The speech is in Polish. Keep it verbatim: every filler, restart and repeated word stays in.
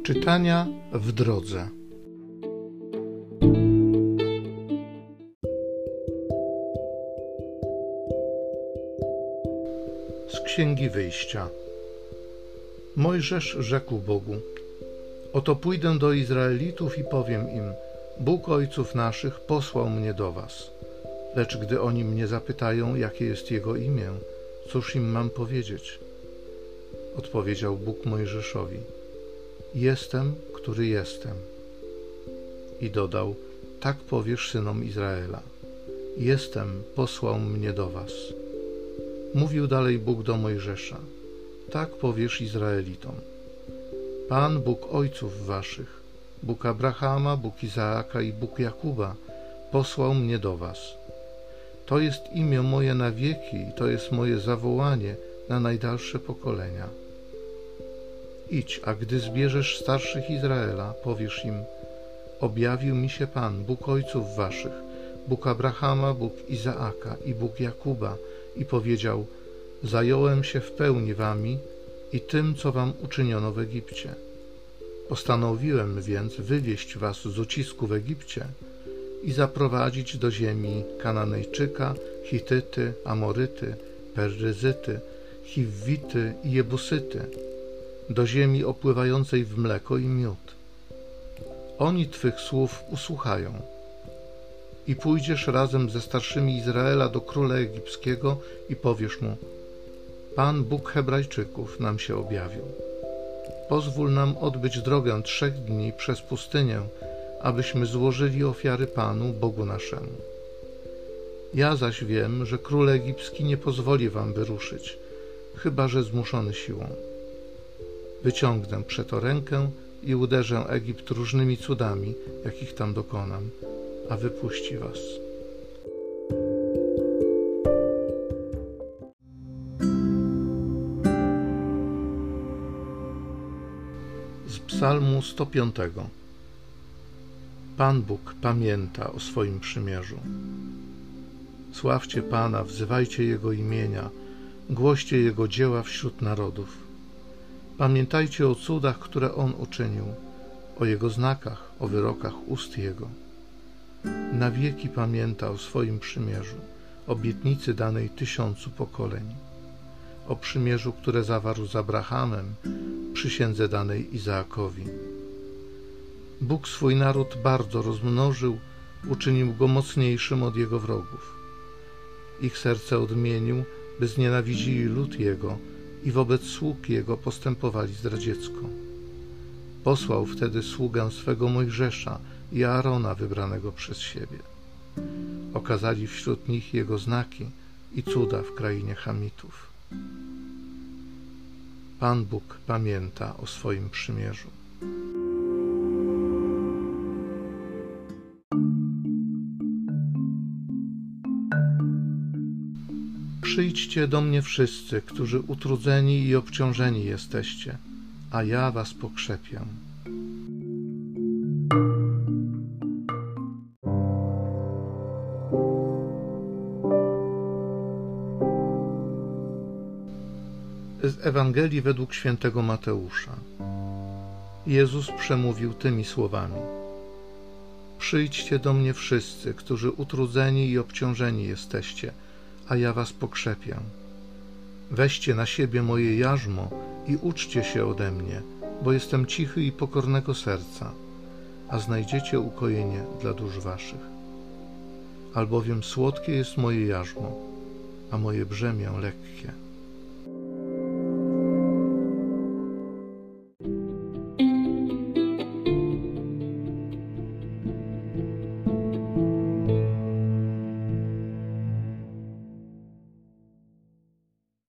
Czytania w drodze. Z Księgi Wyjścia. Mojżesz rzekł Bogu: Oto pójdę do Izraelitów i powiem im: Bóg ojców naszych posłał mnie do was. Lecz gdy oni mnie zapytają, jakie jest Jego imię, cóż im mam powiedzieć? Odpowiedział Bóg Mojżeszowi: Jestem, który jestem. I dodał: Tak powiesz synom Izraela: Jestem, posłał mnie do was. Mówił dalej Bóg do Mojżesza: Tak powiesz Izraelitom: Pan, Bóg ojców waszych, Bóg Abrahama, Bóg Izaaka i Bóg Jakuba, posłał mnie do was. To jest imię moje na wieki i to jest moje zawołanie na najdalsze pokolenia. Idź, a gdy zbierzesz starszych Izraela, powiesz im: Objawił mi się Pan, Bóg ojców waszych, Bóg Abrahama, Bóg Izaaka i Bóg Jakuba, i powiedział: Zająłem się w pełni wami i tym, co wam uczyniono w Egipcie. Postanowiłem więc wywieźć was z ucisku w Egipcie i zaprowadzić do ziemi Kananejczyka, Hityty, Amoryty, Perzyzyty, Chiwity i Jebusyty, do ziemi opływającej w mleko i miód. Oni twych słów usłuchają. I pójdziesz razem ze starszymi Izraela do króla egipskiego i powiesz mu: Pan, Bóg Hebrajczyków, nam się objawił. Pozwól nam odbyć drogę trzech dni przez pustynię, abyśmy złożyli ofiary Panu, Bogu naszemu. Ja zaś wiem, że król egipski nie pozwoli wam wyruszyć, chyba że zmuszony siłą. Wyciągnę przeto rękę i uderzę Egipt różnymi cudami, jakich tam dokonam, a wypuści was. Z Psalmu sto piątego. Pan Bóg pamięta o swoim przymierzu. Sławcie Pana, wzywajcie Jego imienia, głoście Jego dzieła wśród narodów. Pamiętajcie o cudach, które On uczynił, o Jego znakach, o wyrokach ust Jego. Na wieki pamięta o swoim przymierzu, obietnicy danej tysiącu pokoleń, o przymierzu, które zawarł z Abrahamem, przysiędze danej Izaakowi. Bóg swój naród bardzo rozmnożył, uczynił go mocniejszym od jego wrogów. Ich serce odmienił, by znienawidzili lud Jego i wobec sług Jego postępowali zdradziecko. Posłał wtedy sługę swego Mojżesza i Aarona wybranego przez siebie. Okazali wśród nich Jego znaki i cuda w krainie Chamitów. Pan Bóg pamięta o swoim przymierzu. Przyjdźcie do mnie wszyscy, którzy utrudzeni i obciążeni jesteście, a ja was pokrzepię. Z Ewangelii według świętego Mateusza. Jezus przemówił tymi słowami: Przyjdźcie do mnie wszyscy, którzy utrudzeni i obciążeni jesteście, a ja was pokrzepię. Weźcie na siebie moje jarzmo i uczcie się ode mnie, bo jestem cichy i pokornego serca, a znajdziecie ukojenie dla dusz waszych. Albowiem słodkie jest moje jarzmo, a moje brzemię lekkie.